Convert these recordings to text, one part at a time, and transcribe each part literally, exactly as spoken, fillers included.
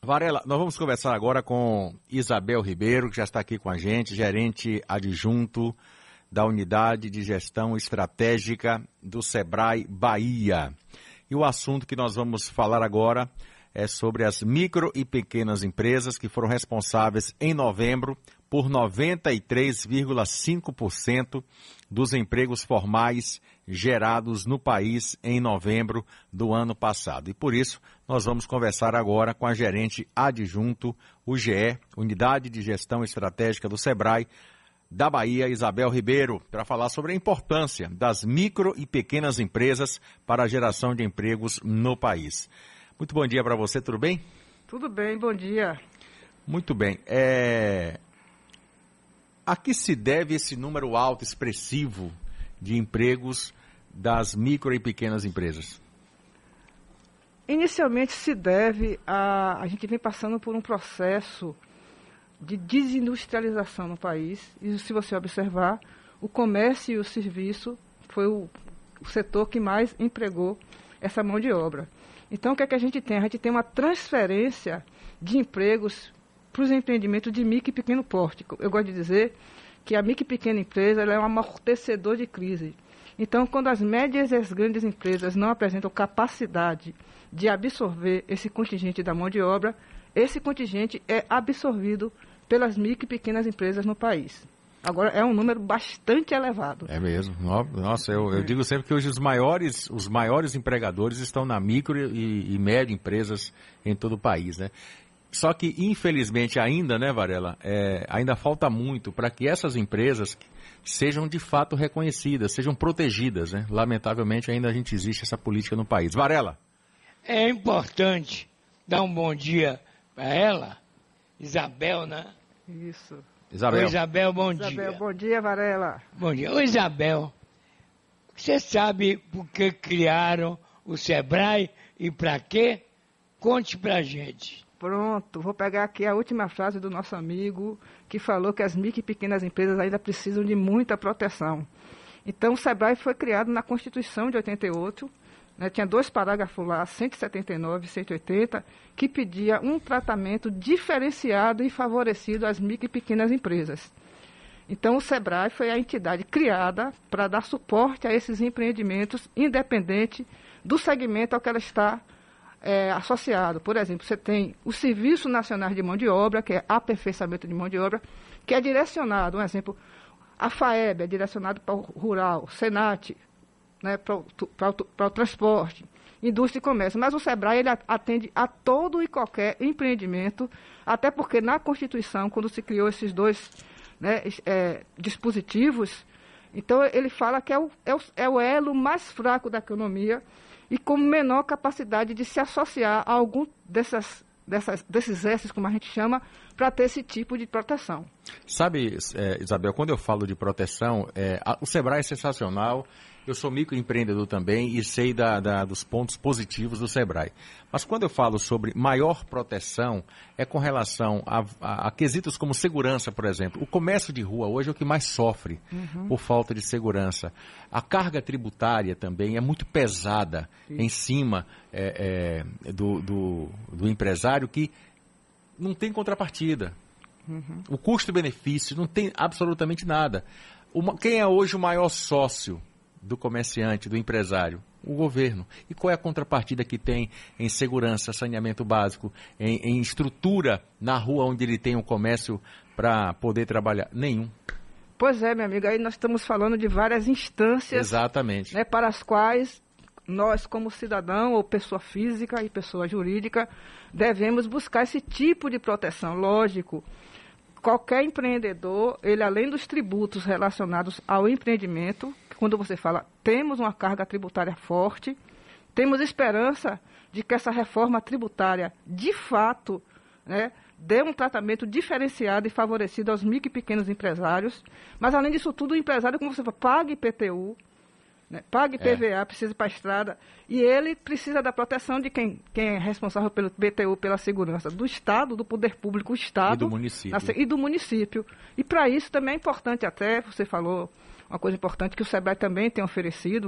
Varela, nós vamos conversar agora com Isabel Ribeiro, que já está aqui com a gente, gerente adjunto da Unidade de Gestão Estratégica do Sebrae Bahia. E o assunto que nós vamos falar agora é sobre as micro e pequenas empresas que foram responsáveis em novembro por noventa e três vírgula cinco por cento dos empregos formais gerados no país em novembro do ano passado. E por isso, nós vamos conversar agora com a gerente adjunto, U G E, Unidade de Gestão Estratégica do Sebrae, da Bahia, Isabel Ribeiro, para falar sobre a importância das micro e pequenas empresas para a geração de empregos no país. Muito bom dia para você, tudo bem? Tudo bem, bom dia. Muito bem. É... A que se deve esse número alto, expressivo, de empregos das micro e pequenas empresas? Inicialmente se deve a... A gente vem passando por um processo de desindustrialização no país. E se você observar, o comércio e o serviço foi o, o setor que mais empregou essa mão de obra. Então, o que é que a gente tem? A gente tem uma transferência de empregos para os empreendimentos de micro e pequeno porte. Eu gosto de dizer que a micro e pequena empresa ela é um amortecedor de crise. Então, quando as médias e as grandes empresas não apresentam capacidade de absorver esse contingente da mão de obra, esse contingente é absorvido pelas micro e pequenas empresas no país. Agora, é um número bastante elevado. É mesmo. Nossa, eu, eu digo sempre que hoje os maiores, os maiores empregadores estão na micro e, e média empresas em todo o país, né? Só que, infelizmente, ainda, né, Varela, é, ainda falta muito para que essas empresas sejam de fato reconhecidas, sejam protegidas, né? Lamentavelmente, ainda a gente existe essa política no país. Varela. É importante dar um bom dia para ela, Isabel, né? Isso. Isabel. Oi, Isabel, bom Isabel, dia. bom dia, Varela. Bom dia. Oi, Isabel, você sabe por que criaram o Sebrae e para quê? Conte pra gente. Pronto, vou pegar aqui a última frase do nosso amigo, que falou que as micro e pequenas empresas ainda precisam de muita proteção. Então, o Sebrae foi criado na Constituição de oitenta e oito, né, tinha dois parágrafos lá, cento e setenta e nove e cento e oitenta, que pedia um tratamento diferenciado e favorecido às micro e pequenas empresas. Então, o Sebrae foi a entidade criada para dar suporte a esses empreendimentos, independente do segmento ao que ela está É, associado. Por exemplo, você tem o Serviço Nacional de Mão de Obra, que é aperfeiçoamento de mão de obra, que é direcionado, um exemplo, a FAEB é direcionado para o rural, o Senat, né, para o, para o, para o transporte, indústria e comércio. Mas o Sebrae ele atende a todo e qualquer empreendimento, até porque na Constituição, quando se criou esses dois né, é, dispositivos, então ele fala que é o, é, o, é o elo mais fraco da economia e com menor capacidade de se associar a algum dessas, dessas, desses esses, como a gente chama, para ter esse tipo de proteção. Sabe, é, Isabel, quando eu falo de proteção, é, a, o Sebrae é sensacional, eu sou microempreendedor também e sei da, da, dos pontos positivos do Sebrae. Mas quando eu falo sobre maior proteção, é com relação a, a, a quesitos como segurança, por exemplo. O comércio de rua hoje é o que mais sofre uhum. por falta de segurança. A carga tributária também é muito pesada Sim. em cima é, é, do, do, do empresário que não tem contrapartida. Uhum. O custo-benefício não tem absolutamente nada. Uma, quem é hoje o maior sócio do comerciante, do empresário? O governo. E qual é a contrapartida que tem em segurança, saneamento básico, em, em estrutura na rua onde ele tem um comércio para poder trabalhar? Nenhum. Pois é, minha amiga, aí nós estamos falando de várias instâncias. Exatamente. Né, para as quais nós, como cidadão ou pessoa física e pessoa jurídica, devemos buscar esse tipo de proteção. Lógico, qualquer empreendedor, ele além dos tributos relacionados ao empreendimento, quando você fala, temos uma carga tributária forte, temos esperança de que essa reforma tributária, de fato, né, dê um tratamento diferenciado e favorecido aos micro e pequenos empresários, mas além disso tudo, o empresário, como você fala, pague I P T U, né, pague P V A, é. precisa ir para a estrada, e ele precisa da proteção de quem, quem é responsável pelo I P T U, pela segurança do Estado, do poder público, o Estado. E do município. Na, e do município. E para isso também é importante até, você falou uma coisa importante que o Sebrae também tem oferecido,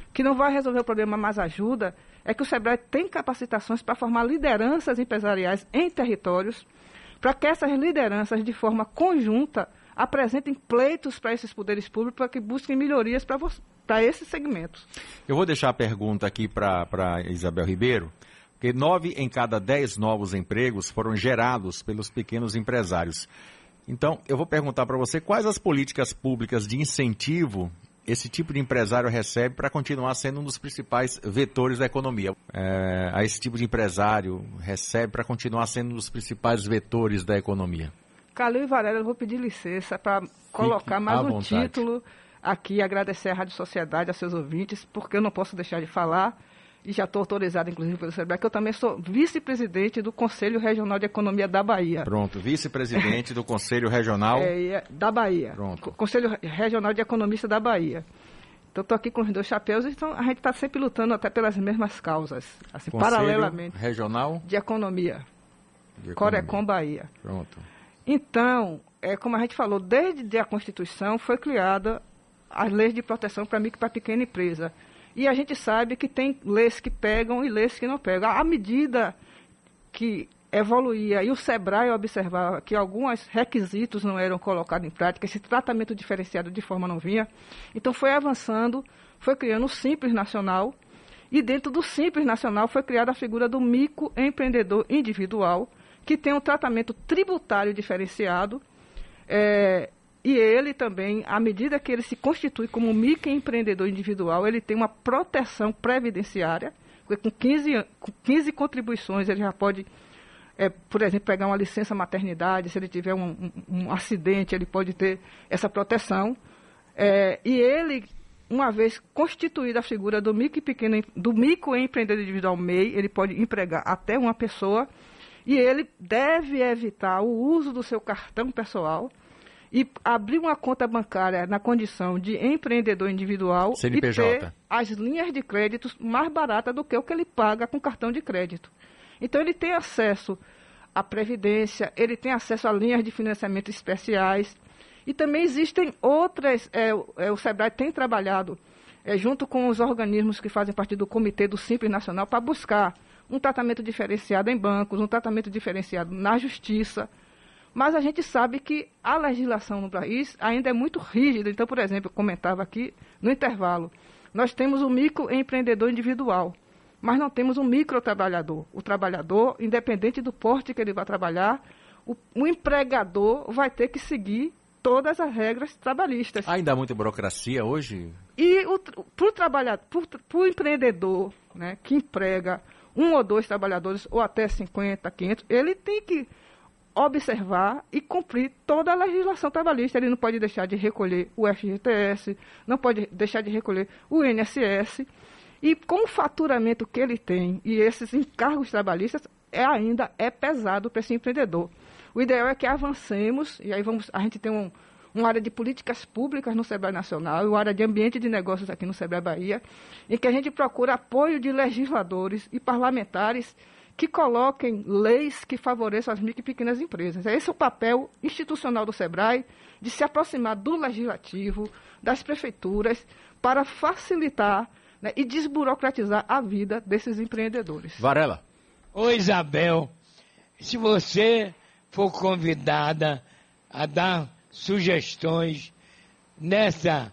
que não vai resolver o problema, mas ajuda, é que o SEBRAE tem capacitações para formar lideranças empresariais em territórios, para que essas lideranças, de forma conjunta, apresentem pleitos para esses poderes públicos, para que busquem melhorias para esses segmentos. Eu vou deixar a pergunta aqui para Isabel Ribeiro, porque nove em cada dez novos empregos foram gerados pelos pequenos empresários. Então, eu vou perguntar para você quais as políticas públicas de incentivo esse tipo de empresário recebe para continuar sendo um dos principais vetores da economia. É, a esse tipo de empresário recebe para continuar sendo um dos principais vetores da economia. Calil e Varela, eu vou pedir licença para colocar mais um título aqui, agradecer à Rádio Sociedade, a seus ouvintes, porque eu não posso deixar de falar, e já estou autorizado, inclusive, pelo SEBRAE, que eu também sou vice-presidente do Conselho Regional de Economia da Bahia. Pronto, vice-presidente do Conselho Regional... É, da Bahia. Pronto. Conselho Regional de Economista da Bahia. Então, estou aqui com os dois chapéus, então a gente está sempre lutando até pelas mesmas causas, assim, Conselho paralelamente. Regional de Economia. de Economia. Corecom Bahia. Pronto. Então, é, como a gente falou, desde a Constituição foi criada as leis de proteção para micro e para pequena empresa. E a gente sabe que tem leis que pegam e leis que não pegam. À medida que evoluía e o SEBRAE observava que alguns requisitos não eram colocados em prática, esse tratamento diferenciado de forma não vinha, então foi avançando, foi criando o Simples Nacional, e dentro do Simples Nacional foi criada a figura do microempreendedor individual, que tem um tratamento tributário diferenciado, é, e ele também, à medida que ele se constitui como microempreendedor individual, ele tem uma proteção previdenciária, com quinze, com quinze contribuições ele já pode, é, por exemplo, pegar uma licença maternidade, se ele tiver um, um, um acidente, ele pode ter essa proteção. É, e ele, uma vez constituída a figura do, micro e pequeno, do microempreendedor individual M E I, ele pode empregar até uma pessoa, e ele deve evitar o uso do seu cartão pessoal e abrir uma conta bancária na condição de empreendedor individual C N P J. E ter as linhas de créditos mais baratas do que o que ele paga com cartão de crédito. Então, ele tem acesso à previdência, ele tem acesso a linhas de financiamento especiais, e também existem outras, é, é, o SEBRAE tem trabalhado é, junto com os organismos que fazem parte do Comitê do Simples Nacional para buscar um tratamento diferenciado em bancos, um tratamento diferenciado na justiça. Mas a gente sabe que a legislação no país ainda é muito rígida. Então, por exemplo, eu comentava aqui no intervalo, nós temos o microempreendedor individual, mas não temos um microtrabalhador. O trabalhador, independente do porte que ele vai trabalhar, o, o empregador vai ter que seguir todas as regras trabalhistas. Ainda há muita burocracia hoje? E para o trabalhador, para o empreendedor, né, que emprega um ou dois trabalhadores, ou até cinquenta, quinhentos, ele tem que observar e cumprir toda a legislação trabalhista. Ele não pode deixar de recolher o F G T S, não pode deixar de recolher o I N S S. E com o faturamento que ele tem e esses encargos trabalhistas, é, ainda é pesado para esse empreendedor. O ideal é que avancemos, e aí vamos, a gente tem um, uma área de políticas públicas no SEBRAE Nacional e uma área de ambiente de negócios aqui no SEBRAE Bahia, em que a gente procura apoio de legisladores e parlamentares que coloquem leis que favoreçam as micro e pequenas empresas. Esse é o papel institucional do SEBRAE, de se aproximar do legislativo, das prefeituras, para facilitar, né, e desburocratizar a vida desses empreendedores. Varela. Ô Isabel, se você for convidada a dar sugestões nessa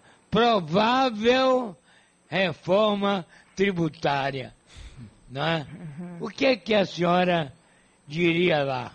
provável reforma tributária, né? Uhum. O que é que a senhora diria lá?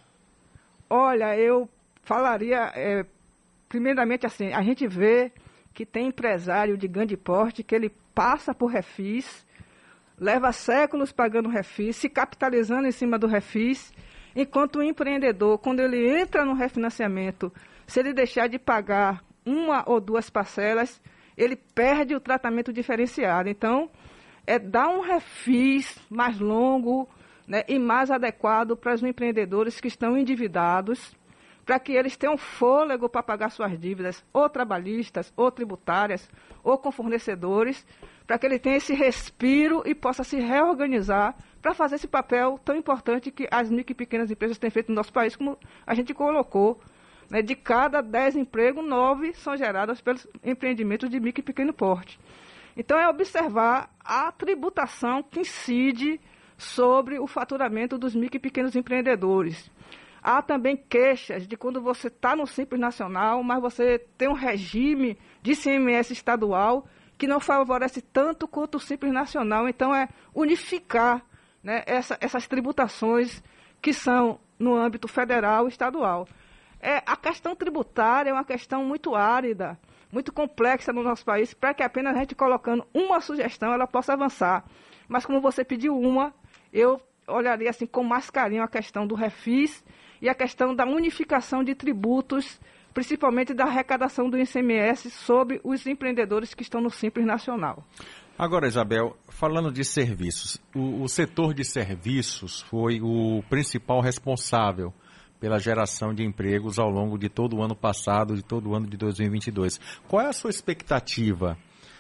Olha, eu falaria, é, primeiramente assim, a gente vê que tem empresário de grande porte que ele passa por refis, leva séculos pagando refis, se capitalizando em cima do refis, enquanto o empreendedor, quando ele entra no refinanciamento, se ele deixar de pagar uma ou duas parcelas, ele perde o tratamento diferenciado. Então, é dar um refis mais longo, né, e mais adequado para os empreendedores que estão endividados, para que eles tenham fôlego para pagar suas dívidas, ou trabalhistas, ou tributárias, ou com fornecedores, para que ele tenha esse respiro e possa se reorganizar para fazer esse papel tão importante que as micro e pequenas empresas têm feito no nosso país, como a gente colocou, né, de cada dez empregos, nove são gerados pelos empreendimentos de micro e pequeno porte. Então, é observar a tributação que incide sobre o faturamento dos micro e pequenos empreendedores. Há também queixas de quando você está no Simples Nacional, mas você tem um regime de I C M S estadual que não favorece tanto quanto o Simples Nacional. Então, é unificar, né, essa, essas tributações que são no âmbito federal e estadual. É, a questão tributária é uma questão muito árida, muito complexa no nosso país, para que apenas a gente colocando uma sugestão ela possa avançar. Mas como você pediu uma, eu olharia assim com mais carinho a questão do refis e a questão da unificação de tributos, principalmente da arrecadação do I C M S sobre os empreendedores que estão no Simples Nacional. Agora, Isabel, falando de serviços, o, o setor de serviços foi o principal responsável pela geração de empregos ao longo de todo o ano passado, de todo o ano de dois mil e vinte e dois. Qual é a sua expectativa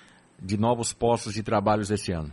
de novos postos de trabalho esse ano?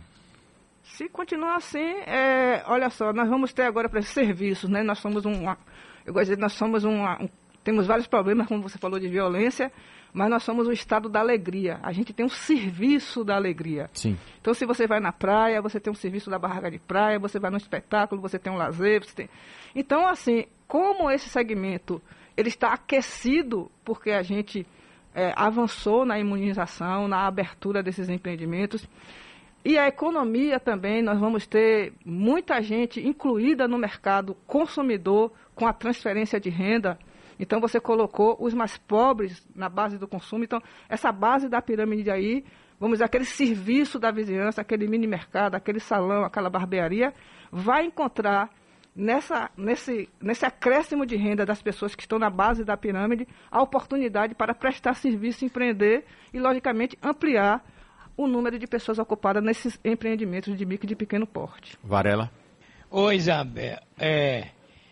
Se continuar assim, é, olha só, nós vamos ter agora para serviços, né? Nós somos um, eu gosto de dizer, nós somos uma, um, temos vários problemas, como você falou, de violência, mas nós somos o estado da alegria. A gente tem um serviço da alegria. Sim. Então, se você vai na praia, você tem um serviço da barraca de praia, você vai num espetáculo, você tem um lazer, você tem... Então, assim, como esse segmento ele está aquecido, porque a gente é, avançou na imunização, na abertura desses empreendimentos, e a economia também, nós vamos ter muita gente incluída no mercado consumidor com a transferência de renda. Então, você colocou os mais pobres na base do consumo. Então, essa base da pirâmide aí, vamos dizer, aquele serviço da vizinhança, aquele mini mercado, aquele salão, aquela barbearia, vai encontrar nessa, nesse, nesse acréscimo de renda das pessoas que estão na base da pirâmide a oportunidade para prestar serviço, empreender e, logicamente, ampliar o número de pessoas ocupadas nesses empreendimentos de micro e de pequeno porte. Varela. Ô, Isabel, é,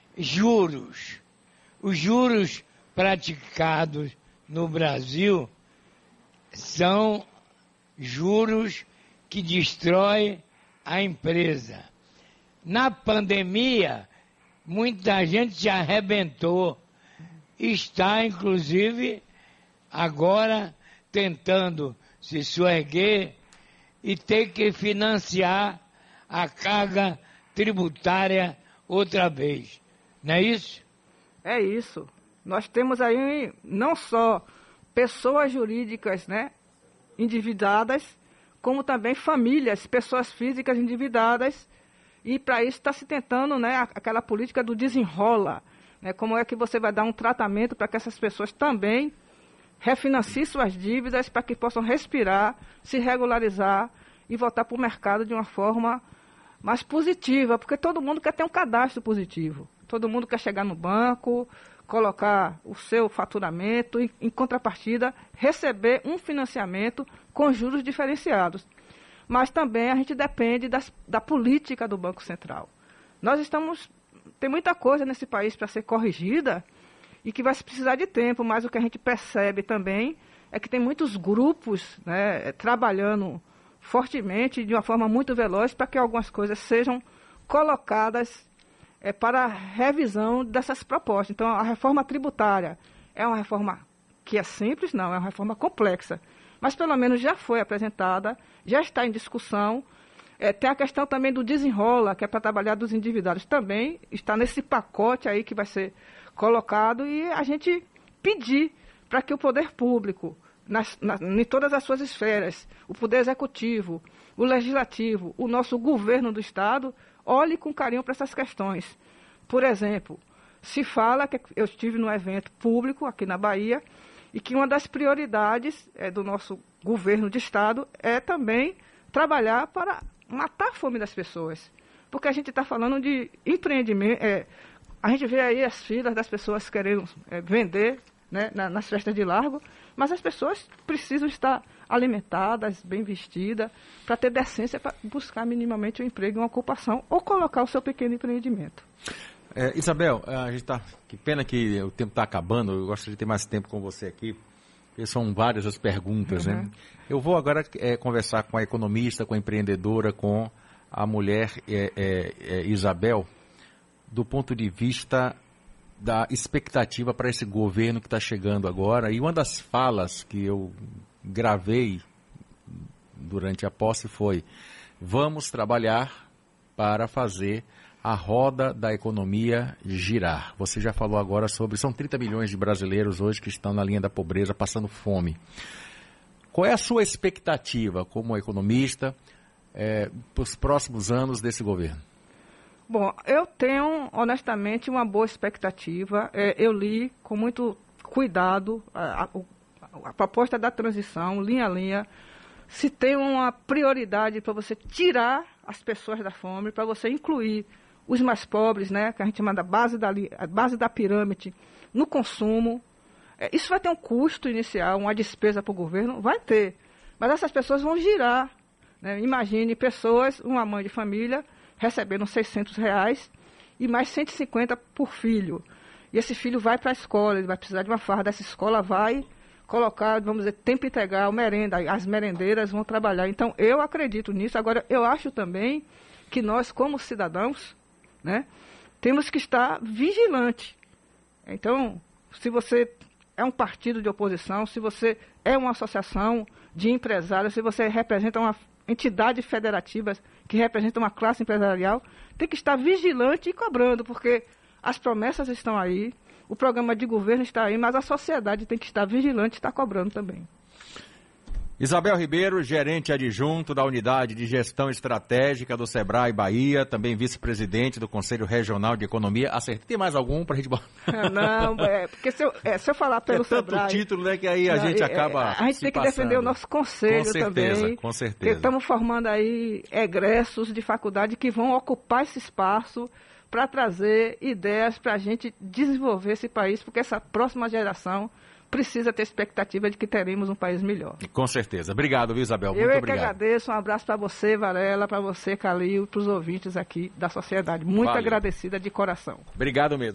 juros. Os juros praticados no Brasil são juros que destroem a empresa. Na pandemia, muita gente se arrebentou. Está, inclusive, agora tentando se soerguer e ter que financiar a carga tributária outra vez. Não é isso? É isso. Nós temos aí não só pessoas jurídicas, né, endividadas, como também famílias, pessoas físicas endividadas, e para isso está se tentando, né, aquela política do desenrola, né, como é que você vai dar um tratamento para que essas pessoas também refinanciem suas dívidas para que possam respirar, se regularizar e voltar para o mercado de uma forma mais positiva, porque todo mundo quer ter um cadastro positivo. Todo mundo quer chegar no banco, colocar o seu faturamento e, em contrapartida, receber um financiamento com juros diferenciados. Mas também a gente depende das, da política do Banco Central. Nós estamos... Tem muita coisa nesse país para ser corrigida e que vai precisar de tempo, mas o que a gente percebe também é que tem muitos grupos, né, trabalhando fortemente, de uma forma muito veloz, para que algumas coisas sejam colocadas É para a revisão dessas propostas. Então, a reforma tributária é uma reforma que é simples? Não, é uma reforma complexa. Mas, pelo menos, já foi apresentada, já está em discussão. É, tem a questão também do desenrola, que é para trabalhar dos endividados. Também está nesse pacote aí que vai ser colocado. E a gente pedir para que o poder público, nas, na, em todas as suas esferas, o poder executivo, o legislativo, o nosso governo do Estado, olhe com carinho para essas questões. Por exemplo, se fala que eu estive num evento público aqui na Bahia e que uma das prioridades é, do nosso governo de Estado é também trabalhar para matar a fome das pessoas. Porque a gente está falando de empreendimento, é, a gente vê aí as filas das pessoas querendo é, vender, né, na, nas festas de largo, mas as pessoas precisam estar alimentadas, bem vestidas, para ter decência para buscar minimamente um emprego, uma ocupação ou colocar o seu pequeno empreendimento. É, Isabel, a gente tá, que pena que o tempo está acabando, eu gostaria de ter mais tempo com você aqui, porque são várias as perguntas, uhum. né? Eu vou agora é, conversar com a economista, com a empreendedora, com a mulher é, é, é, Isabel, do ponto de vista da expectativa para esse governo que está chegando agora. E uma das falas que eu gravei durante a posse foi: vamos trabalhar para fazer a roda da economia girar. Você já falou agora sobre, são trinta milhões de brasileiros hoje que estão na linha da pobreza, passando fome. Qual é a sua expectativa como economista é, para os próximos anos desse governo? Bom, eu tenho, honestamente, uma boa expectativa. É, eu li com muito cuidado a, a, a proposta da transição, linha a linha. Se tem uma prioridade para você tirar as pessoas da fome, para você incluir os mais pobres, né, que a gente chama da base da, a base da pirâmide, no consumo. É, isso vai ter um custo inicial, uma despesa para o governo? Vai ter. Mas essas pessoas vão girar. Né? Imagine pessoas, uma mãe de família, recebendo seiscentos reais e mais cento e cinquenta por filho. E esse filho vai para a escola, ele vai precisar de uma farda. Essa escola vai colocar, vamos dizer, tempo integral, merenda. As merendeiras vão trabalhar. Então, eu acredito nisso. Agora, eu acho também que nós, como cidadãos, né, temos que estar vigilantes. Então, se você é um partido de oposição, se você é uma associação de empresários, se você representa uma entidade federativa que representa uma classe empresarial, tem que estar vigilante e cobrando, porque as promessas estão aí, o programa de governo está aí, mas a sociedade tem que estar vigilante e estar cobrando também. Isabel Ribeiro, gerente adjunto da Unidade de Gestão Estratégica do Sebrae Bahia, também vice-presidente do Conselho Regional de Economia. Acertei. Tem mais algum para a gente botar? Não, é, porque se eu, é, se eu falar pelo é tanto Sebrae... título, né, que aí a não, gente é, acaba A gente tem que passando. defender o nosso conselho com certeza, também. Com certeza, Estamos formando aí egressos de faculdade que vão ocupar esse espaço para trazer ideias para a gente desenvolver esse país, porque essa próxima geração precisa ter expectativa de que teremos um país melhor. Com certeza. Obrigado, viu, Isabel? Muito Eu é obrigado. que agradeço. Um abraço para você, Varela, para você, Calil, para os ouvintes aqui da sociedade. Muito Valeu. agradecida de coração. Obrigado mesmo.